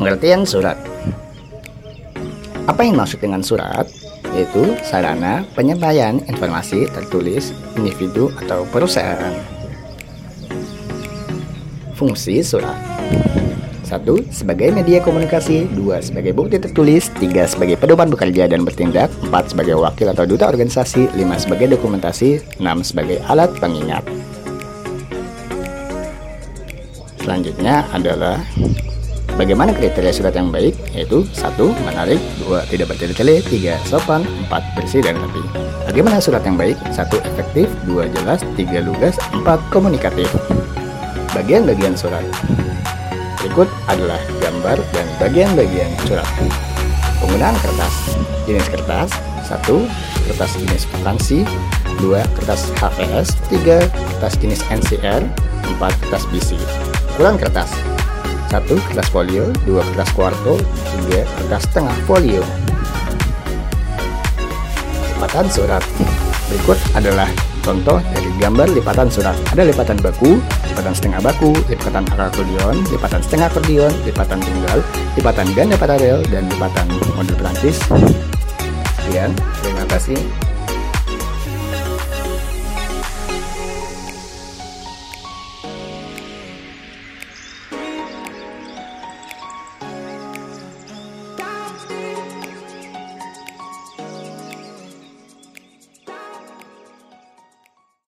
Pengertian surat. Apa yang dimaksud dengan surat? Yaitu sarana penyampaian informasi tertulis individu atau perusahaan. Fungsi surat: 1. Sebagai media komunikasi. 2. Sebagai bukti tertulis. 3. Sebagai pedoman bekerja dan bertindak. 4. Sebagai wakil atau duta organisasi. 5. Sebagai dokumentasi. 6. Sebagai alat pengingat. Selanjutnya adalah bagaimana kriteria surat yang baik, yaitu 1. Menarik. 2. Tidak bertele-tele. 3. Sopan. 4. Bersih dan rapi. Bagaimana surat yang baik? 1. Efektif. 2. Jelas. 3. Lugas. 4. Komunikatif. Bagian-bagian surat. Berikut adalah gambar dan bagian-bagian surat. Penggunaan kertas. Jenis kertas: 1. Kertas jenis vakansi. 2. Kertas HVS. 3. Kertas jenis NCR. 4. Kertas BC. Ukuran kertas: 1. Kertas folio. 2. Kertas kuarto. 3. Kertas setengah folio. Lipatan surat. Berikut adalah contoh dari gambar lipatan surat. Ada lipatan baku, lipatan setengah baku, lipatan akordeon, lipatan setengah akordeon, lipatan tunggal, lipatan ganda paralel, dan lipatan model Prancis. Sekian, terima kasih.